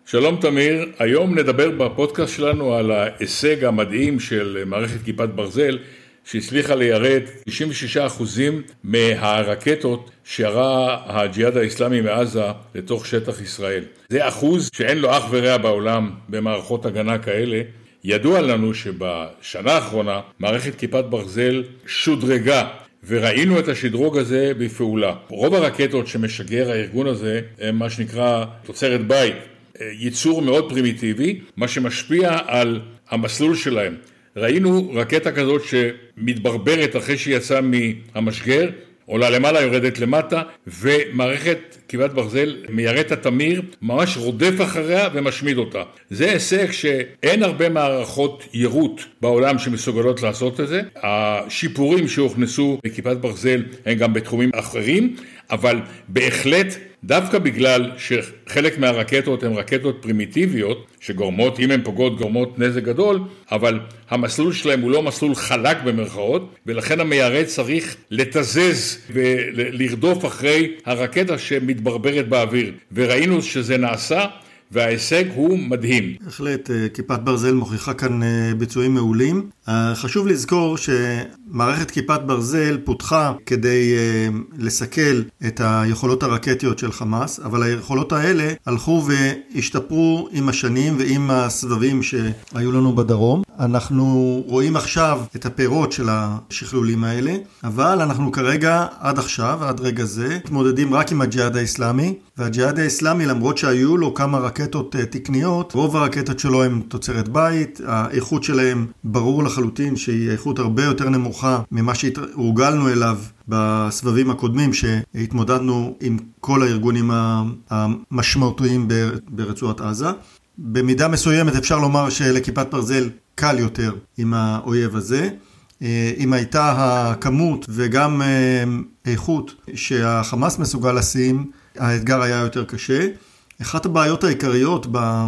שלום תמיר, היום נדבר בפודקאסט שלנו על ההישג המדהים של מערכת כיפת ברזל שהצליחה ליירט 96% מהרקטות שירה הג'יהאד האסלאמי מעזה לתוך שטח ישראל. זה אחוז שאין לו אח ורע בעולם במערכות הגנה כאלה. ידוע לנו שבשנה האחרונה מערכת כיפת ברזל שודרגה וראינו את השדרוג הזה בפעולה. רוב הרקטות שמשגר הארגון הזה הם מה שנקרא תוצרת בית. ייצור מאוד פרימיטיבי, מה שמשפיע על המסלול שלהם. ראינו רקטה כזאת שמתברברת אחרי שהיא יצאה מהמשגר, עולה למעלה, יורדת למטה, ומערכת כיפת ברזל מיירט התמיר, ממש רודף אחריה ומשמיד אותה. זה הישג שאין הרבה מערכות יירוט בעולם שמסוגלות לעשות את זה. השיפורים שהוכנסו בכיפת ברזל הם גם בתחומים אחרים, אבל בהחלט דווקא בגלל שחלק מהרקטות הן רקטות פרימיטיביות, שגורמות, אם הן פוגעות, גורמות נזק גדול, אבל המסלול שלהם הוא לא מסלול חלק במרכאות, ולכן המיירט צריך לתזז ולרדוף אחרי הרקטה שמתברברת באוויר. וראינו שזה נעשה, וההישג הוא מדהים. בהחלט, כיפת ברזל מוכיחה כאן ביצועים מעולים. חשוב לזכור שמערכת כיפת ברזל פותחה כדי לסכל את היכולות הרקטיות של חמאס, אבל היכולות האלה הלכו והשתפרו עם השנים ועם הסבבים שהיו לנו בדרום. אנחנו רואים עכשיו את הפירות של השכלולים האלה, אבל אנחנו כרגע עד עכשיו, עד רגע זה, מתמודדים רק עם הג'יהאד האסלאמי, והג'יהאד האסלאמי למרות שהיו לו כמה רקטות תקניות, רוב הרקטות שלו הם תוצרת בית, האיכות שלהם ברור לחלוטין שהיא איכות הרבה יותר נמוכה ממה שהורגלנו אליו בסבבים הקודמים שהתמודדנו עם כל הארגונים המשמעותיים ברצועת עזה. במידה מסוימת אפשר לומר שלכיפת ברזל קל יותר עם האויב הזה. אם הייתה הכמות וגם איכות שהחמאס מסוגל לשים, האתגר היה יותר קשה. אחת הבעיות העיקריות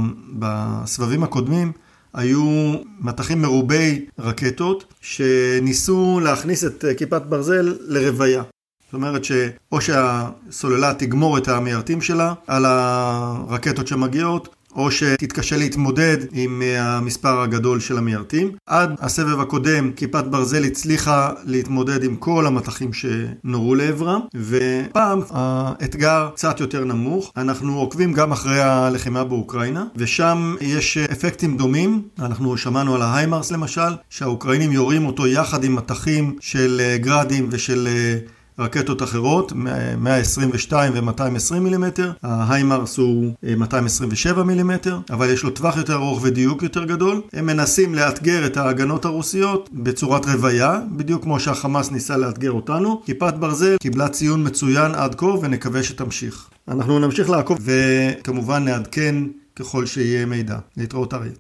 בסבבים הקודמים היו מתחים מרובי רקטות שניסו להכניס את כיפת ברזל לרוויה. זאת אומרת שאו שהסוללה תגמור את המיירטים שלה על הרקטות שמגיעות, או שתתקשה להתמודד עם המספר הגדול של המיירטים. עד הסבב הקודם כיפת ברזל הצליחה להתמודד עם כל המתחים שנורו לעברם, ופעם האתגר קצת יותר נמוך. אנחנו עוקבים גם אחרי הלחימה באוקראינה, ושם יש אפקטים דומים. אנחנו שמענו על ההיימרס למשל, שהאוקראינים יורים אותו יחד עם מתחים של גרדים ושל רקטות אחרות, 122 ו-220 מילימטר. ההיימרס הוא 227 מילימטר, אבל יש לו טווח יותר ארוך ודיוק יותר גדול. הם מנסים לאתגר את ההגנות הרוסיות בצורת רוויה, בדיוק כמו שהחמאס ניסה לאתגר אותנו. כיפת ברזל קיבלה ציון מצוין עד כה ונקווה שתמשיך. אנחנו נמשיך לעקוב וכמובן נעדכן ככל שיהיה מידע. להתראות אריה.